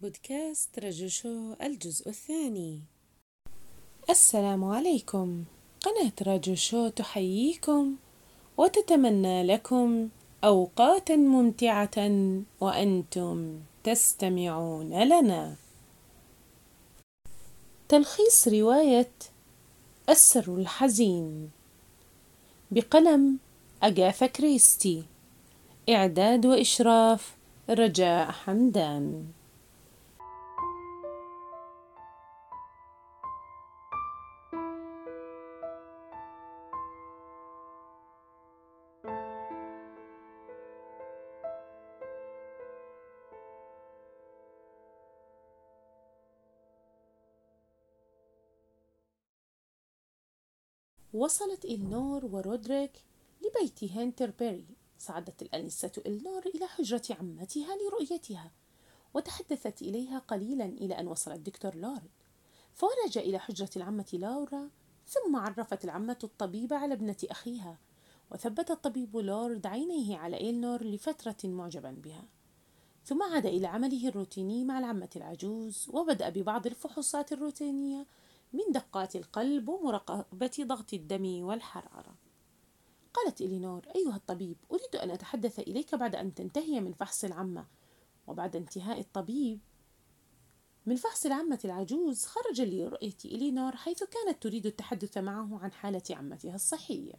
بودكاست رجل شو الجزء الثاني. السلام عليكم. قناة رجل شو تحييكم وتتمنى لكم أوقاتا ممتعة وأنتم تستمعون لنا. تلخيص رواية السر الحزين بقلم أغاثا كريستي، إعداد وإشراف رجاء حمدان. وصلت إلنور ورودريك لبيت هانتربري. صعدت الأنسة إلنور إلى حجرة عمتها لرؤيتها، وتحدثت إليها قليلا إلى أن وصل الدكتور لورد، فولج إلى حجرة العمة لورا. ثم عرفت العمة الطبيب على ابنة أخيها، وثبت الطبيب لورد عينيه على إلنور لفترة معجبا بها، ثم عاد إلى عمله الروتيني مع العمة العجوز، وبدأ ببعض الفحوصات الروتينية من دقات القلب ومراقبة ضغط الدم والحرارة. قالت إلينور: أيها الطبيب، أريد أن أتحدث إليك بعد أن تنتهي من فحص العمة. وبعد انتهاء الطبيب من فحص العمة العجوز، خرج لرؤية إلينور، حيث كانت تريد التحدث معه عن حالة عمتها الصحية.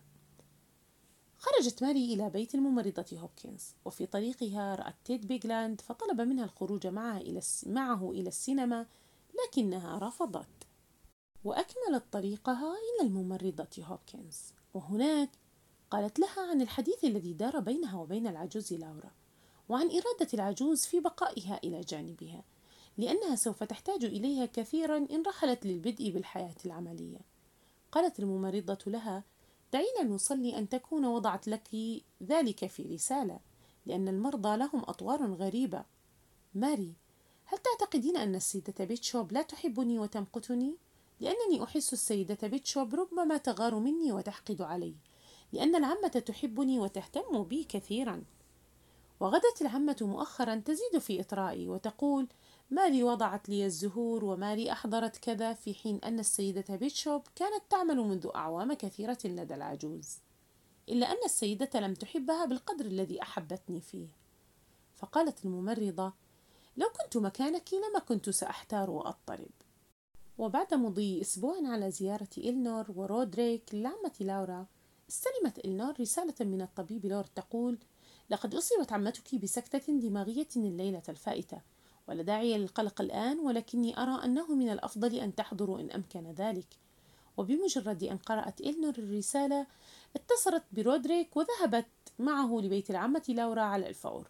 خرجت ماري إلى بيت الممرضة هوبكنز، وفي طريقها رأت تيد بيغلاند، فطلب منها الخروج معه إلى السينما، لكنها رفضت، وأكملت طريقها إلى الممرضة هوبكنز. وهناك قالت لها عن الحديث الذي دار بينها وبين العجوز لورا، وعن إرادة العجوز في بقائها إلى جانبها، لأنها سوف تحتاج إليها كثيرا إن رحلت للبدء بالحياة العملية. قالت الممرضة لها: دعينا نصلي أن تكون وضعت لك ذلك في رسالة، لأن المرضى لهم أطوار غريبة. ماري: هل تعتقدين أن السيدة بيتشوب لا تحبني وتمقتني؟ لأنني أحس السيدة بيتشوب ربما تغار مني وتحقد علي، لأن العمة تحبني وتهتم بي كثيرا. وغدت العمة مؤخرا تزيد في إطرائي وتقول: ماري وضعت لي الزهور، وماري أحضرت كذا، في حين أن السيدة بيتشوب كانت تعمل منذ أعوام كثيرة لدى العجوز، إلا أن السيدة لم تحبها بالقدر الذي أحبتني فيه. فقالت الممرضة: لو كنت مكانك لما كنت سأحتار وأضطرب. وبعد مضي أسبوع على زيارة إلنور ورودريك للعمة لورا، استلمت إلنور رسالة من الطبيب لورد تقول: لقد أصيبت عمتك بسكتة دماغية الليلة الفائتة، ولا داعي للقلق الآن، ولكني أرى أنه من الأفضل أن تحضروا إن أمكن ذلك. وبمجرد أن قرأت إلنور الرسالة، اتصلت برودريك وذهبت معه لبيت العمة لورا على الفور.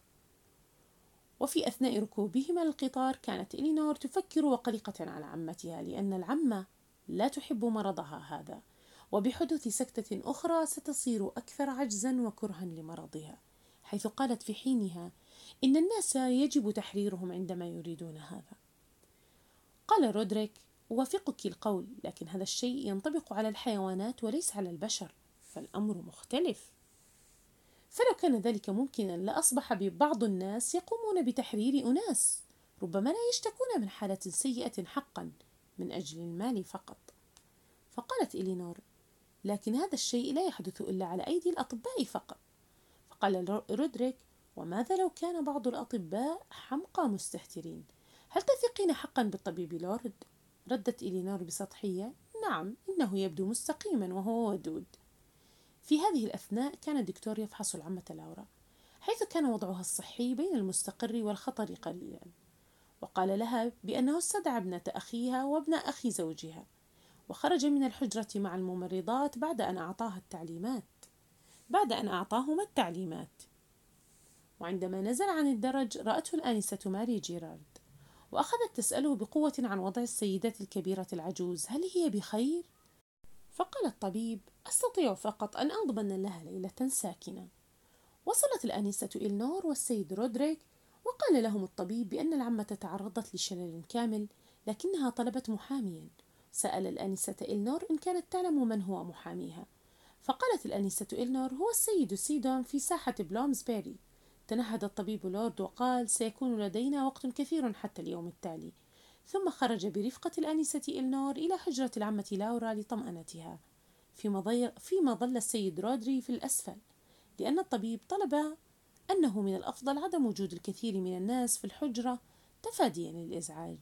وفي أثناء ركوبهما للقطار، كانت إلينور تفكر وقلقة على عمتها، لأن العمة لا تحب مرضها هذا، وبحدوث سكتة أخرى ستصير أكثر عجزا وكرها لمرضها، حيث قالت في حينها: إن الناس يجب تحريرهم عندما يريدون هذا. قال رودريك: أوافقك القول، لكن هذا الشيء ينطبق على الحيوانات وليس على البشر، فالأمر مختلف. فلو كان ذلك ممكنا لأصبح بعض الناس يقومون بتحرير أناس ربما لا يشتكون من حالة سيئة حقا من أجل المال فقط. فقالت إلينور: لكن هذا الشيء لا يحدث إلا على أيدي الأطباء فقط. فقال رودريك: وماذا لو كان بعض الأطباء حمقى مستهترين؟ هل تثقين حقا بالطبيب لورد؟ ردت إلينور بسطحية: نعم، إنه يبدو مستقيما وهو ودود. في هذه الأثناء كان الدكتور يفحص العمة لورا، حيث كان وضعها الصحي بين المستقر والخطر قليلا، وقال لها بأنه استدعى ابنة أخيها وابن أخي زوجها، وخرج من الحجرة مع الممرضات بعد أن أعطاهما التعليمات. وعندما نزل عن الدرج رأته الآنسة ماري جيرارد، وأخذت تسأله بقوة عن وضع السيدة الكبيرة العجوز، هل هي بخير؟ فقال الطبيب: أستطيع فقط أن أضمن لها ليلة ساكنة. وصلت الآنسة إلنور والسيد رودريك، وقال لهم الطبيب بأن العمة تعرضت لشلل كامل، لكنها طلبت محاميا. سأل الآنسة إلنور إن كانت تعلم من هو محاميها، فقالت الآنسة إلنور: هو السيد سيدون في ساحة بلومسبيري، تنهد الطبيب لورد وقال: سيكون لدينا وقت كثير حتى اليوم التالي. ثم خرج برفقة الآنسة إلنور إلى حجرة العمة لورا لطمأنتها، فيما ظل السيد رودري في الأسفل، لأن الطبيب طلب أنه من الأفضل عدم وجود الكثير من الناس في الحجرة تفاديا للإزعاج.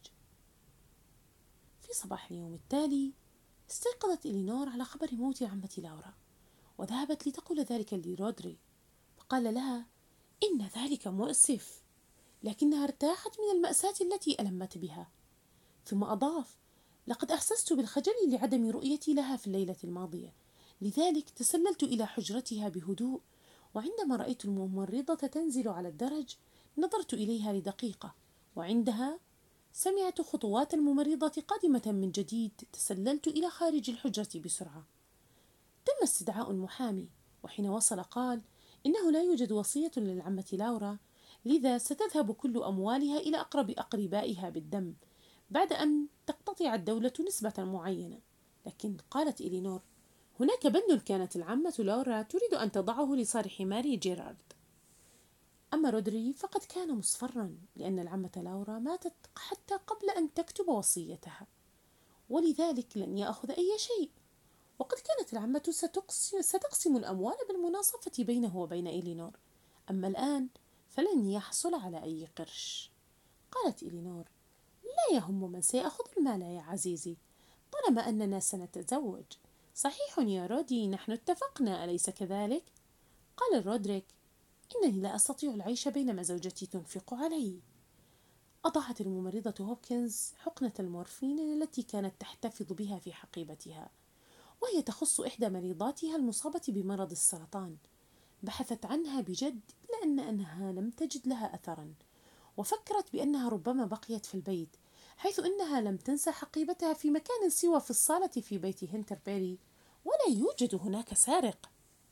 في صباح اليوم التالي استيقظت إلينور على خبر موت عمة لورا، وذهبت لتقول ذلك لرودري، فقال لها: إن ذلك مؤسف، لكنها ارتاحت من المأساة التي ألمت بها. ثم أضاف: لقد أحسست بالخجل لعدم رؤيتي لها في الليلة الماضية، لذلك تسللت إلى حجرتها بهدوء، وعندما رأيت الممرضة تنزل على الدرج نظرت إليها لدقيقة، وعندها سمعت خطوات الممرضة قادمة من جديد تسللت إلى خارج الحجرة بسرعة. تم استدعاء المحامي، وحين وصل قال: إنه لا يوجد وصية للعمة لورا، لذا ستذهب كل أموالها إلى أقرب أقربائها بالدم بعد أن تقتطع الدولة نسبة معينة. لكن قالت إلينور: هناك بند كانت العمة لورا تريد أن تضعه لصالح ماري جيرارد. أما رودري فقد كان مصفرا، لأن العمة لورا ماتت حتى قبل أن تكتب وصيتها، ولذلك لن يأخذ أي شيء، وقد كانت العمة ستقسم الأموال بالمناصفة بينه وبين إلينور، أما الآن فلن يحصل على أي قرش. قالت إلينور: لا يهم من سيأخذ المال يا عزيزي، طالما أننا سنتزوج. صحيح يا رودي، نحن اتفقنا، أليس كذلك؟ قال رودريك: إنني لا أستطيع العيش بينما زوجتي تنفق علي. أضاعت الممرضة هوبكنز حقنة المورفين التي كانت تحتفظ بها في حقيبتها، وهي تخص إحدى مريضاتها المصابة بمرض السرطان. بحثت عنها بجد أنها لم تجد لها أثرا، وفكرت بأنها ربما بقيت في البيت، حيث أنها لم تنسى حقيبتها في مكان سوى في الصالة في بيت هنتربيري، ولا يوجد هناك سارق.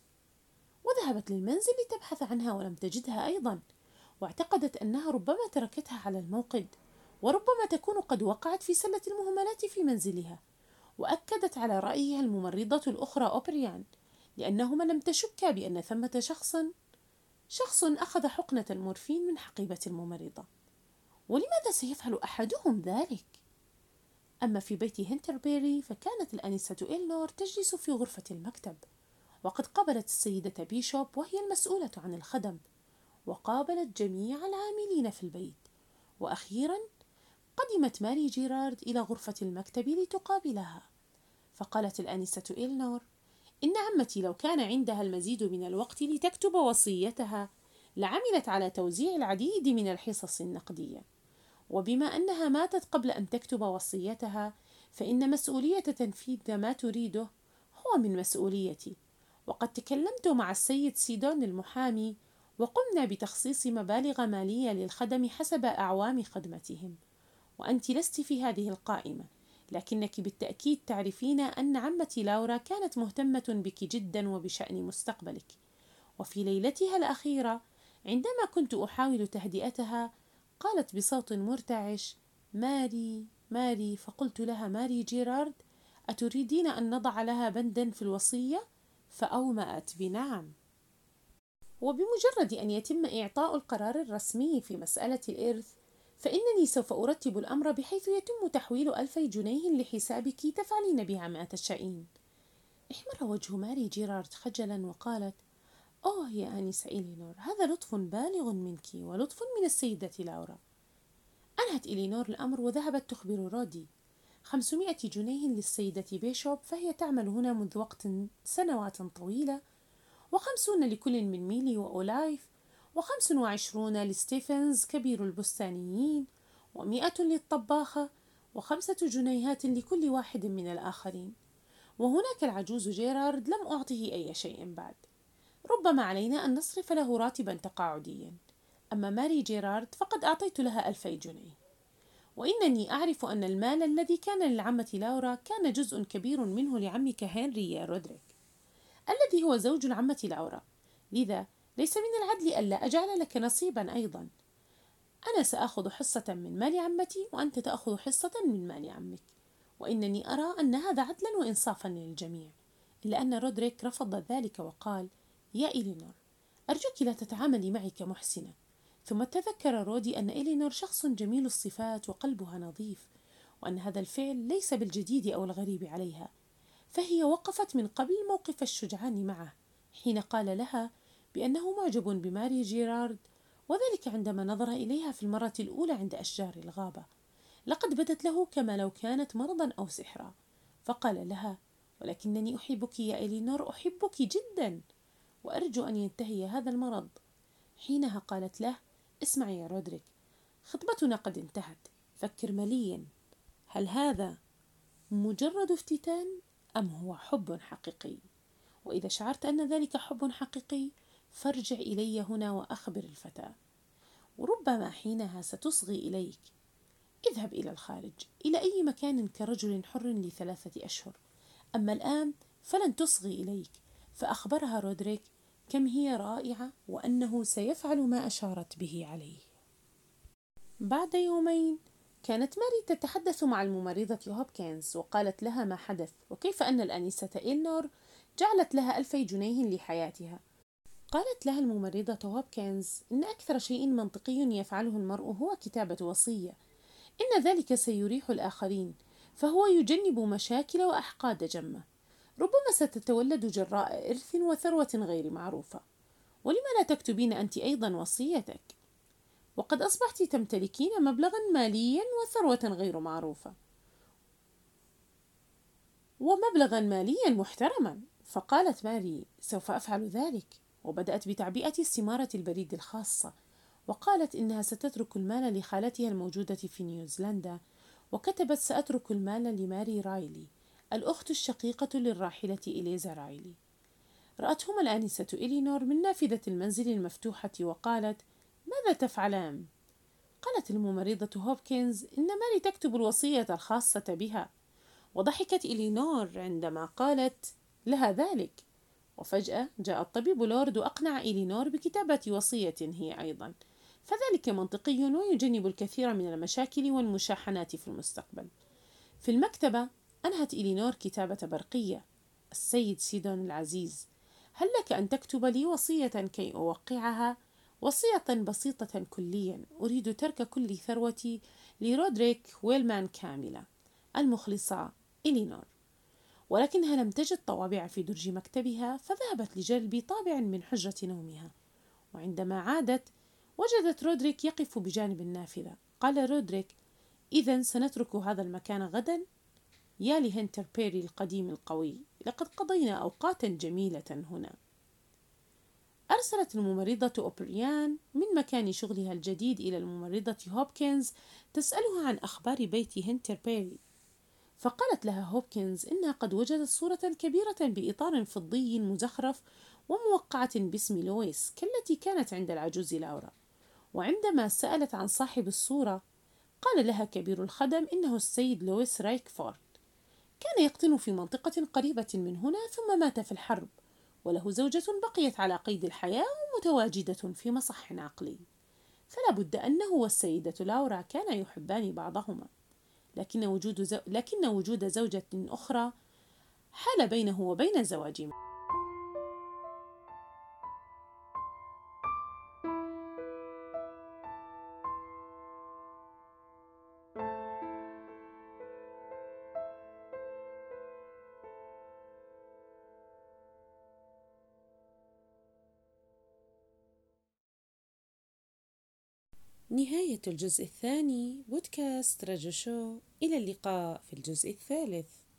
وذهبت للمنزل لتبحث عنها ولم تجدها أيضا، واعتقدت أنها ربما تركتها على الموقد، وربما تكون قد وقعت في سلة المهملات في منزلها. وأكدت على رأيها الممرضة الأخرى أوبريان، لأنهما لم تشكا بأن ثمة شخص أخذ حقنة المورفين من حقيبة الممرضة. ولماذا سيفعل أحدهم ذلك؟ أما في بيت هنتربيري فكانت الآنسة إلنور تجلس في غرفة المكتب، وقد قابلت السيدة بيشوب وهي المسؤولة عن الخدم، وقابلت جميع العاملين في البيت، وأخيرا قدمت ماري جيرارد إلى غرفة المكتب لتقابلها. فقالت الآنسة إلنور: إن عمتي لو كان عندها المزيد من الوقت لتكتب وصيتها لعملت على توزيع العديد من الحصص النقدية، وبما أنها ماتت قبل أن تكتب وصيتها فإن مسؤولية تنفيذ ما تريده هو من مسؤوليتي. وقد تكلمت مع السيد سيدون المحامي، وقمنا بتخصيص مبالغ مالية للخدم حسب أعوام خدمتهم، وأنت لست في هذه القائمة، لكنك بالتأكيد تعرفين أن عمتي لورا كانت مهتمة بك جدا وبشأن مستقبلك. وفي ليلتها الأخيرة عندما كنت أحاول تهدئتها قالت بصوت مرتعش: ماري ماري. فقلت لها: ماري جيرارد، أتريدين أن نضع لها بندا في الوصية؟ فأومأت بنعم. وبمجرد أن يتم إعطاء القرار الرسمي في مسألة الإرث فإنني سوف أرتب الأمر بحيث يتم تحويل 2000 جنيه لحسابك تفعلين بها ما تشائين. احمر وجه ماري جيرارد خجلا وقالت: أوه يا آنسة إلينور، هذا لطف بالغ منك ولطف من السيدة لورا. أنهت إلينور الأمر وذهبت تخبر رودي: 500 جنيه للسيدة بيشوب، فهي تعمل هنا منذ وقت سنوات طويلة، 50 لكل من ميلي وأولايف، 25 لستيفنز كبير البستانيين، 100 للطباخة، 5 جنيهات لكل واحد من الآخرين. وهناك العجوز جيرارد لم أعطه أي شيء بعد، ربما علينا أن نصرف له راتبا تقاعديا. أما ماري جيرارد فقد أعطيت لها 2000 جنيه، وإنني أعرف أن المال الذي كان للعمة لورا كان جزء كبير منه لعمك هنري يا رودريك الذي هو زوج العمة لورا، لذا ليس من العدل ألا أجعل لك نصيبا أيضا. أنا سأخذ حصة من مال عمتي وأنت تأخذ حصة من مال عمك، وإنني أرى أن هذا عدلا وإنصافا للجميع. إلا أن رودريك رفض ذلك وقال: يا إلينور، أرجوك لا تتعاملي معي كمحسنة. ثم تذكر رودي أن إلينور شخص جميل الصفات وقلبها نظيف، وأن هذا الفعل ليس بالجديد أو الغريب عليها. فهي وقفت من قبل موقف الشجعان معه حين قال لها بأنه معجب بماري جيرارد، وذلك عندما نظر إليها في المرة الأولى عند أشجار الغابة. لقد بدت له كما لو كانت مرضا أو سحرا، فقال لها: ولكنني أحبك يا إلينور، أحبك جدا، وأرجو أن ينتهي هذا المرض. حينها قالت له: اسمع يا رودريك، خطبتنا قد انتهت، فكر مليا، هل هذا مجرد افتتان أم هو حب حقيقي؟ وإذا شعرت أن ذلك حب حقيقي فارجع إلي هنا وأخبر الفتاة، وربما حينها ستصغي إليك. اذهب إلى الخارج، إلى أي مكان كرجل حر ل3 أشهر، أما الآن فلن تصغي إليك. فأخبرها رودريك كم هي رائعة وأنه سيفعل ما أشارت به عليه. بعد يومين كانت ماري تتحدث مع الممرضة هوبكنز، وقالت لها ما حدث وكيف أن الآنسة إلنور جعلت لها 2000 جنيه لحياتها. قالت لها الممرضة هوبكنز إن أكثر شيء منطقي يفعله المرء هو كتابة وصية، إن ذلك سيريح الآخرين، فهو يجنب مشاكل وأحقاد جمة ربما ستتولد جراء إرث وثروة غير معروفة. ولم لا تكتبين أنت أيضا وصيتك؟ وقد أصبحت تمتلكين مبلغا ماليا وثروة غير معروفة، ومبلغا ماليا محترما. فقالت ماري: سوف أفعل ذلك. وبدأت بتعبئة استمارة البريد الخاصة، وقالت إنها ستترك المال لخالتها الموجودة في نيوزيلندا، وكتبت: سأترك المال لماري رايلي، الأخت الشقيقة للراحلة إليزا رايلي. رأتهما الآنسة إلينور من نافذة المنزل المفتوحة وقالت: ماذا تفعلان؟ قالت الممرضة هوبكنز: إن ماري تكتب الوصية الخاصة بها. وضحكت إلينور عندما قالت لها ذلك. وفجأة جاء الطبيب لورد وأقنع إلينور بكتابة وصية هي أيضا، فذلك منطقي ويجنب الكثير من المشاكل والمشاحنات في المستقبل. في المكتبة أنهت إلينور كتابة برقية: السيد سيدون العزيز، هل لك أن تكتب لي وصية كي أوقعها؟ وصية بسيطة كليا، أريد ترك كل ثروتي لرودريك ويلمان كاملة. المخلصة إلينور. ولكنها لم تجد طوابع في درج مكتبها، فذهبت لجلب طابع من حجرة نومها، وعندما عادت وجدت رودريك يقف بجانب النافذة. قال رودريك: إذن سنترك هذا المكان غدا؟ يا لهنتر بيري القديم القوي، لقد قضينا أوقاتا جميلة هنا. أرسلت الممرضة أوبريان من مكان شغلها الجديد إلى الممرضة هوبكنز تسألها عن أخبار بيت هنتر بيري، فقالت لها هوبكنز إنها قد وجدت صورة كبيرة بإطار فضي مزخرف وموقعة باسم لويس كالتي كانت عند العجوز لورا. وعندما سألت عن صاحب الصورة قال لها كبير الخدم إنه السيد لويس رايكفورد، كان يقطن في منطقة قريبة من هنا ثم مات في الحرب، وله زوجة بقيت على قيد الحياة ومتواجدة في مصح عقلي، فلا بد أنه والسيدة لورا كانا يحبان بعضهما، لكن وجود زوجة أخرى حال بينه وبين الزواج. نهاية الجزء الثاني، بودكاست رجو شو. إلى اللقاء في الجزء الثالث.